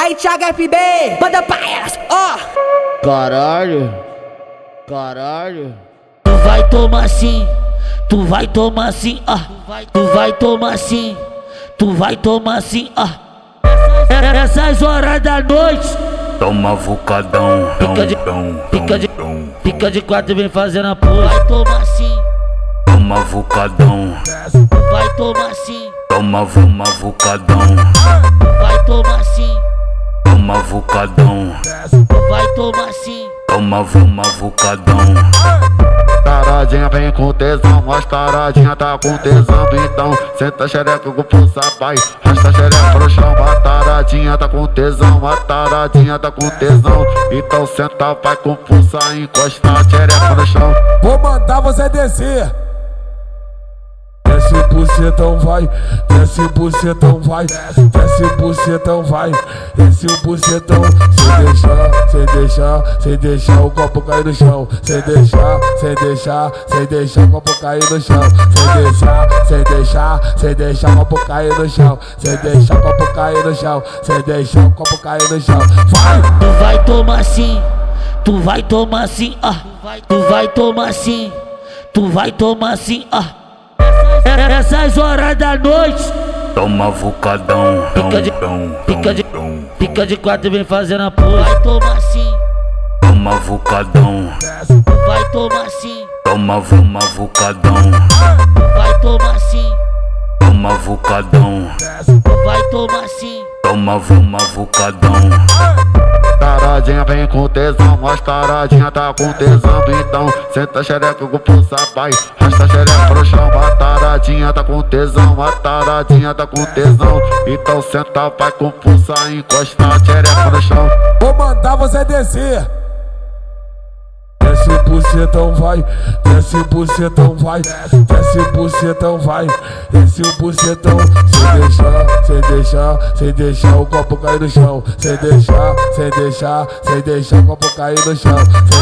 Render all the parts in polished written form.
Aí, Thiago FB, manda pra elas, ó. Caralho, caralho. Tu vai tomar sim, tu vai tomar sim, tu vai tomar sim, tu vai tomar sim, Essas horas da noite toma vucadão, fica de quatro e vem fazendo a porra. Vai tomar sim, toma vucadão, vai tomar sim, toma vucadão, vai tomar sim, toma vucadão, vai tomar sim, toma vucadão. Taradinha vem com tesão, as taradinha tá com tesão. Então senta xereca com força, vai, rasta xereca pro chão. A taradinha tá com tesão, a taradinha tá com tesão. Então senta, vai com força, encosta a xereca no chão. Vou mandar você descer. Desce bucetão vai, desce bucetão vai, desce bucetão vai, desce o bucetão. Sem deixar o copo cair no chão. Sem deixar o copo cair no chão. Sem deixar o copo cair no chão. Sem deixar o copo cair no chão. Sem deixar o copo cair no chão. Vai! Tu vai tomar sim, tu vai tomar sim, tu vai tomar sim, tu vai tomar sim, Essas horas da noite Toma vucadão, fica de quatro e vem fazendo a porra. Vai tomar sim, toma vucadão, vai tomar sim, toma vucadão, vai tomar sim, toma vucadão, vai tomar sim, toma vucadão. Taradinha vem com tesão, as taradinha tá com tesão. Então senta xereca com força, vai, rasta xereca pro chão. A taradinha tá com tesão, a taradinha tá com tesão. Então senta, vai com força, encosta a xereca no chão. Vou mandar você descer. Desce bucetão vai, desce bucetão vai, desce bucetão vai, desce o bucetão. Sem deixar o copo cair no chão. Sem deixar o copo cair no chão.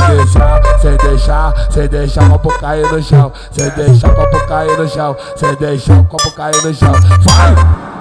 Sem deixar o copo cair no chão. Sem deixar o copo cair no chão. Sem deixar o copo cair no chão. Vai!